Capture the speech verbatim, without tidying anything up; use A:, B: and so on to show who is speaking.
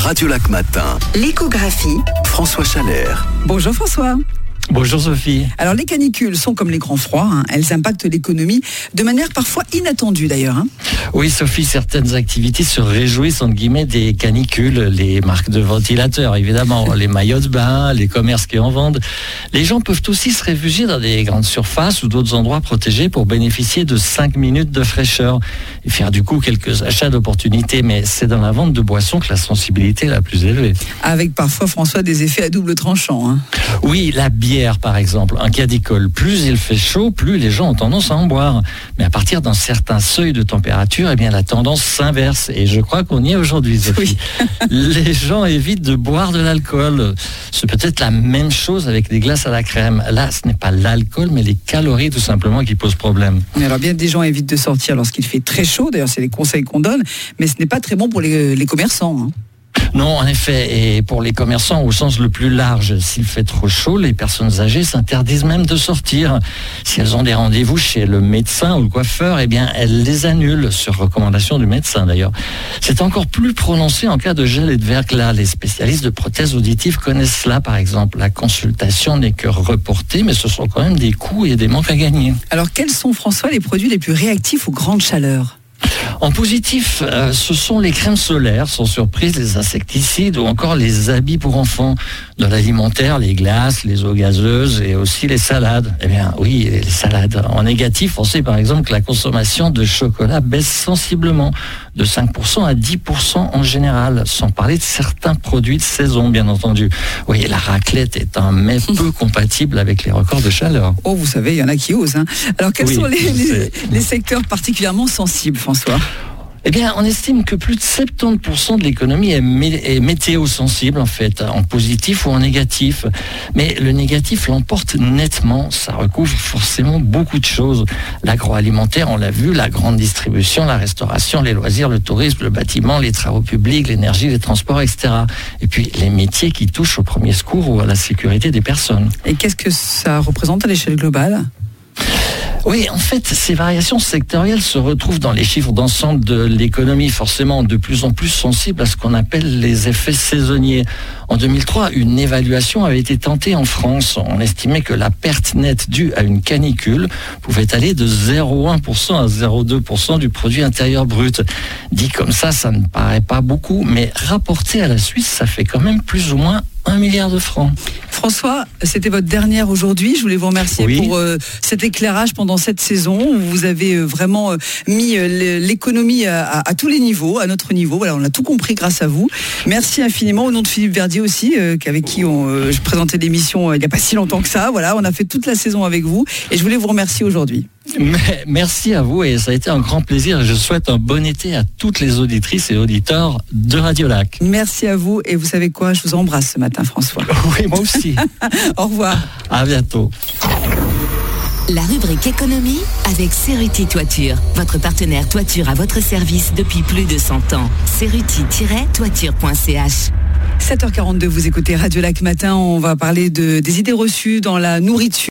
A: Radio Lac Matin.
B: L'échographie.
A: François Chalère.
C: Bonjour François.
D: Bonjour Sophie.
C: Alors les canicules sont comme les grands froids, hein. Elles impactent l'économie de manière parfois inattendue d'ailleurs. Hein.
D: Oui Sophie, certaines activités se réjouissent entre guillemets des canicules, les marques de ventilateurs évidemment, les maillots de bain, les commerces qui en vendent. Les gens peuvent aussi se réfugier dans des grandes surfaces ou d'autres endroits protégés pour bénéficier de cinq minutes de fraîcheur et faire du coup quelques achats d'opportunités, mais c'est dans la vente de boissons que la sensibilité est la plus élevée.
C: Avec parfois François des effets à double tranchant. Hein.
D: Oui, la bière par exemple, un canicule, plus il fait chaud, plus les gens ont tendance à en boire. Mais à partir d'un certain seuil de température, eh bien la tendance s'inverse. Et je crois qu'on y est aujourd'hui, Sophie. Oui. Les gens évitent de boire de l'alcool. C'est peut-être la même chose avec les glaces à la crème. Là, ce n'est pas l'alcool, mais les calories tout simplement qui posent problème.
C: Mais alors bien des gens évitent de sortir lorsqu'il fait très chaud. D'ailleurs, c'est les conseils qu'on donne. Mais ce n'est pas très bon pour les, les commerçants. Hein.
D: Non, en effet, et pour les commerçants au sens le plus large, s'il fait trop chaud, les personnes âgées s'interdisent même de sortir. Si elles ont des rendez-vous chez le médecin ou le coiffeur, eh bien, elles les annulent, sur recommandation du médecin d'ailleurs. C'est encore plus prononcé en cas de gel et de verglas. Les spécialistes de prothèses auditives connaissent cela, par exemple. La consultation n'est que reportée, mais ce sont quand même des coûts et des manques à gagner.
C: Alors, quels sont, François, les produits les plus réactifs aux grandes chaleurs ?
D: En positif, euh, ce sont les crèmes solaires, sans surprise, les insecticides ou encore les habits pour enfants. Dans l'alimentaire, les glaces, les eaux gazeuses et aussi les salades. Eh bien oui, les salades. En négatif, on sait par exemple que la consommation de chocolat baisse sensiblement, de cinq pour cent à dix pour cent en général, sans parler de certains produits de saison, bien entendu. Oui, la raclette est un mets peu compatible avec les records de chaleur.
C: Oh, vous savez, il y en a qui osent. Hein. Alors, quels
D: oui,
C: sont les, les, les secteurs particulièrement sensibles, François ?
D: Eh bien, on estime que plus de soixante-dix pour cent de l'économie est, mé- est météo-sensible, en fait, en positif ou en négatif. Mais le négatif l'emporte nettement. Ça recouvre forcément beaucoup de choses. L'agroalimentaire, on l'a vu, la grande distribution, la restauration, les loisirs, le tourisme, le bâtiment, les travaux publics, l'énergie, les transports, et cetera. Et puis, les métiers qui touchent au premier secours ou à la sécurité des personnes.
C: Et qu'est-ce que ça représente à l'échelle globale ?
D: Oui, en fait, ces variations sectorielles se retrouvent dans les chiffres d'ensemble de l'économie, forcément de plus en plus sensibles à ce qu'on appelle les effets saisonniers. En deux mille trois, une évaluation avait été tentée en France. On estimait que la perte nette due à une canicule pouvait aller de zéro virgule un pour cent à zéro virgule deux pour cent du produit intérieur brut. Dit comme ça, ça ne paraît pas beaucoup, mais rapporté à la Suisse, ça fait quand même plus ou moins un milliard de francs.
C: François, c'était votre dernière aujourd'hui. Je voulais vous remercier oui. pour euh, cet éclairage pendant cette saison. Vous avez euh, vraiment euh, mis euh, l'économie à, à, à tous les niveaux, à notre niveau. Voilà, on a tout compris grâce à vous. Merci infiniment. Au nom de Philippe Verdier aussi, euh, avec qui on, euh, je présentais l'émission euh, il n'y a pas si longtemps que ça. Voilà, on a fait toute la saison avec vous. Et je voulais vous remercier aujourd'hui.
D: Merci à vous et ça a été un grand plaisir. Je souhaite un bon été à toutes les auditrices et auditeurs de Radio Lac.
C: Merci à vous et vous savez quoi, je vous embrasse ce matin François.
D: Oui, moi aussi.
C: Au revoir.
D: À bientôt.
B: La rubrique économie avec Cerruti Toiture, votre partenaire toiture à votre service depuis plus de cent ans. cerruti tiret toiture point c h.
C: sept heures quarante-deux, vous écoutez Radio Lac Matin, on va parler de, des idées reçues dans la nourriture.